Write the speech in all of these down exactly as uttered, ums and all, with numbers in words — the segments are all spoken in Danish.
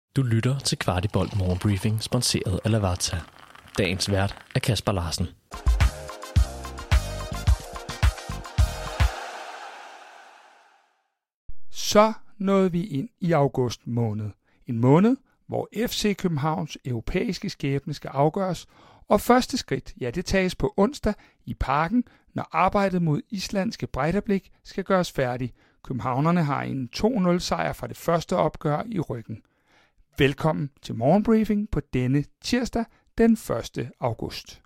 Du lytter til Kvartibolt Morgenbriefing, sponsoreret af Lavazza. Dagens vært er Kasper Larsen. Så nåede vi ind i august måned. En måned, hvor F C Københavns europæiske skæbne skal afgøres, og første skridt, ja, det tages på onsdag i Parken, når arbejdet mod islandske Breiðablik skal gøres færdig. Københavnerne har en to nul sejr fra det første opgør i ryggen. Velkommen til morgenbriefing på denne tirsdag den første august.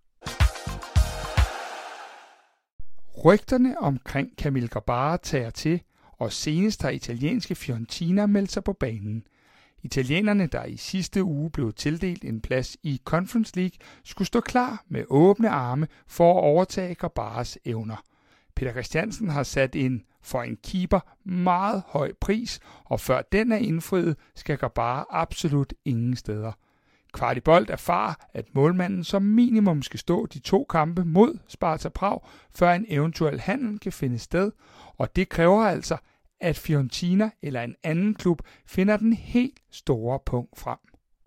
Rygterne omkring Kamil Grabara tager til, og senest har italienske Fiorentina meldt sig på banen. Italienerne, der i sidste uge blev tildelt en plads i Conference League, skulle stå klar med åbne arme for at overtage Grabaras evner. Peter Christiansen har sat en for en keeper meget høj pris, og før den er indfriet, skal Grabara absolut ingen steder. Kvartibolt erfarer, at målmanden som minimum skal stå de to kampe mod Sparta Prag, før en eventuel handel kan finde sted, og det kræver altså, at Fiorentina eller en anden klub finder den helt store punkt frem.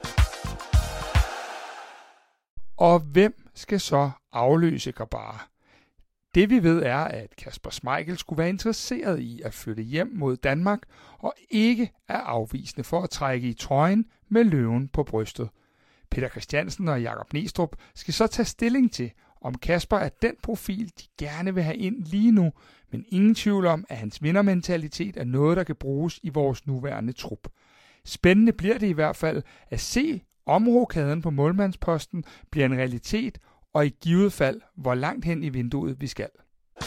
Og hvem skal så afløse Grabara? Det vi ved er, at Kasper Schmeichel skulle være interesseret i at flytte hjem mod Danmark og ikke er afvisende for at trække i trøjen med løven på brystet. Peter Christiansen og Jakob Næstrup skal så tage stilling til, om Kasper er den profil, de gerne vil have ind lige nu, men ingen tvivl om, at hans vindermentalitet er noget, der kan bruges i vores nuværende trup. Spændende bliver det i hvert fald at se, om rokaden på målmandsposten bliver en realitet, og i givet fald, hvor langt hen i vinduet vi skal.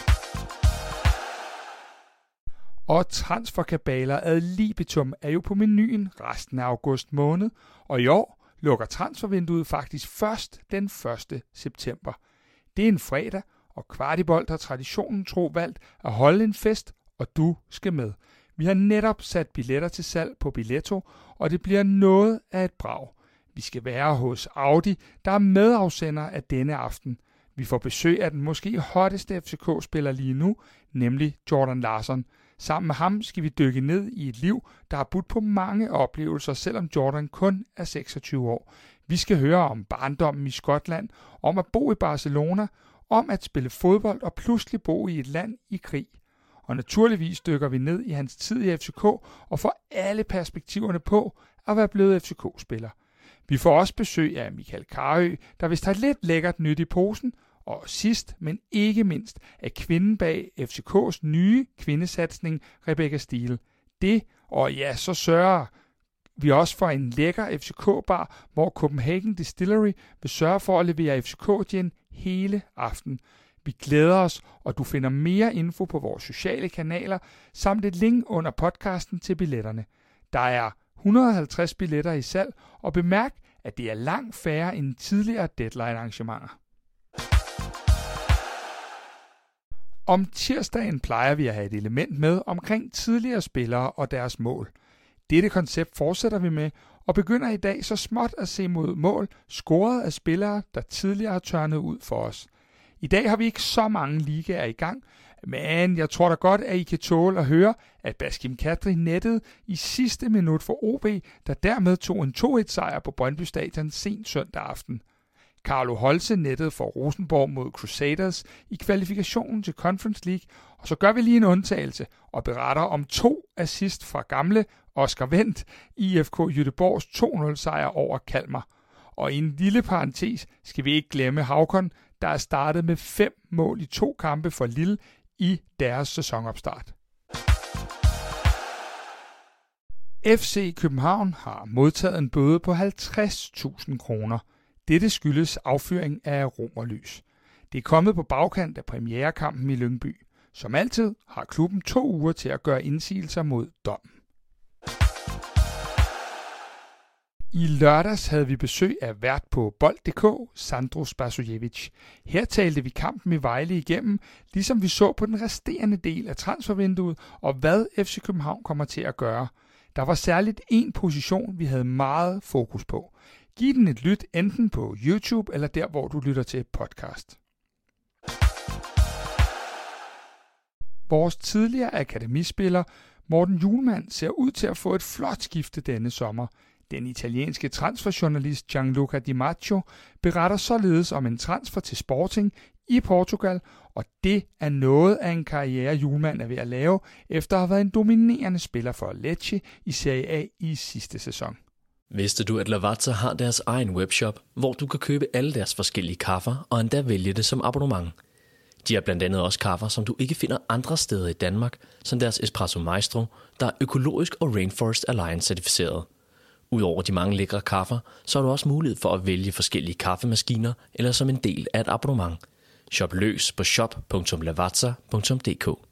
Og transferkabaler ad libitum er jo på menuen resten af august måned, og i år lukker transfervinduet faktisk først den første september. Det er en fredag, og Kvartibolt har traditionen tro valgt at holde en fest, og du skal med. Vi har netop sat billetter til salg på Billetto, og det bliver noget af et brag. Vi skal være hos Audi, der er medafsender af denne aften. Vi får besøg af den måske hotteste F C K-spiller lige nu, nemlig Jordan Larsson. Sammen med ham skal vi dykke ned i et liv, der har budt på mange oplevelser, selvom Jordan kun er seksogtyve år. Vi skal høre om barndommen i Skotland, om at bo i Barcelona, om at spille fodbold og pludselig bo i et land i krig. Og naturligvis dykker vi ned i hans tid i F C K og får alle perspektiverne på at være blevet F C K-spiller. Vi får også besøg af Michael Karø, der vist har lidt lækkert nyt i posen, og sidst, men ikke mindst, af kvinden bag F C K's nye kvindesatsning, Rebecca Steele. Det, og ja, så sørger vi også for en lækker F C K-bar, hvor Copenhagen Distillery vil sørge for at levere F C K-gin hele aften. Vi glæder os, og du finder mere info på vores sociale kanaler, samt et link under podcasten til billetterne. Der er et hundrede og halvtreds billetter i salg, og bemærk, at det er langt færre end tidligere deadline-arrangementer. Om tirsdagen plejer vi at have et element med omkring tidligere spillere og deres mål. Dette koncept fortsætter vi med, og begynder i dag så småt at se mod mål scoret af spillere, der tidligere har tørnet ud for os. I dag har vi ikke så mange ligaer i gang, men jeg tror da godt, at I kan tåle at høre, at Baskim Kadri nettede i sidste minut for O B, der dermed tog en to et sejr på Brøndby Stadion sent søndag aften. Carlo Holse nettede for Rosenborg mod Crusaders i kvalifikationen til Conference League, og så gør vi lige en undtagelse og beretter om to assist fra gamle Oscar Wendt i I F K Göteborgs to nul sejr over Kalmar. Og i en lille parentes skal vi ikke glemme Haukon, der er startet med fem mål i to kampe for Lille i deres sæsonopstart. F C København har modtaget en bøde på halvtreds tusind kroner. Dette skyldes affyring af romerlys. Det er kommet på bagkant af premierekampen i Lyngby. Som altid har klubben to uger til at gøre indsigelser mod dommen. I lørdags havde vi besøg af vært på bold punktum d k, Sandro Spasojevic. Her talte vi kampen i Vejle igennem, ligesom vi så på den resterende del af transfervinduet og hvad F C København kommer til at gøre. Der var særligt en position, vi havde meget fokus på. Giv den et lyt enten på YouTube eller der, hvor du lytter til podcast. Vores tidligere akademispiller Morten Hjulmand ser ud til at få et flot skifte denne sommer. Den italienske transferjournalist Gianluca Di Maggio beretter således om en transfer til Sporting i Portugal, og det er noget af en karriere, Hjulmand er ved at lave, efter at have været en dominerende spiller for Lecce i Serie A i sidste sæson. Vidste du, at Lavazza har deres egen webshop, hvor du kan købe alle deres forskellige kaffer og endda vælge det som abonnement? De har blandt andet også kaffer, som du ikke finder andre steder i Danmark, som deres Espresso Maestro, der er økologisk og Rainforest Alliance certificeret. Udover de mange lækre kaffer, så har du også mulighed for at vælge forskellige kaffemaskiner eller som en del af et abonnement. Shop løs på shop punktum lavazza punktum d k.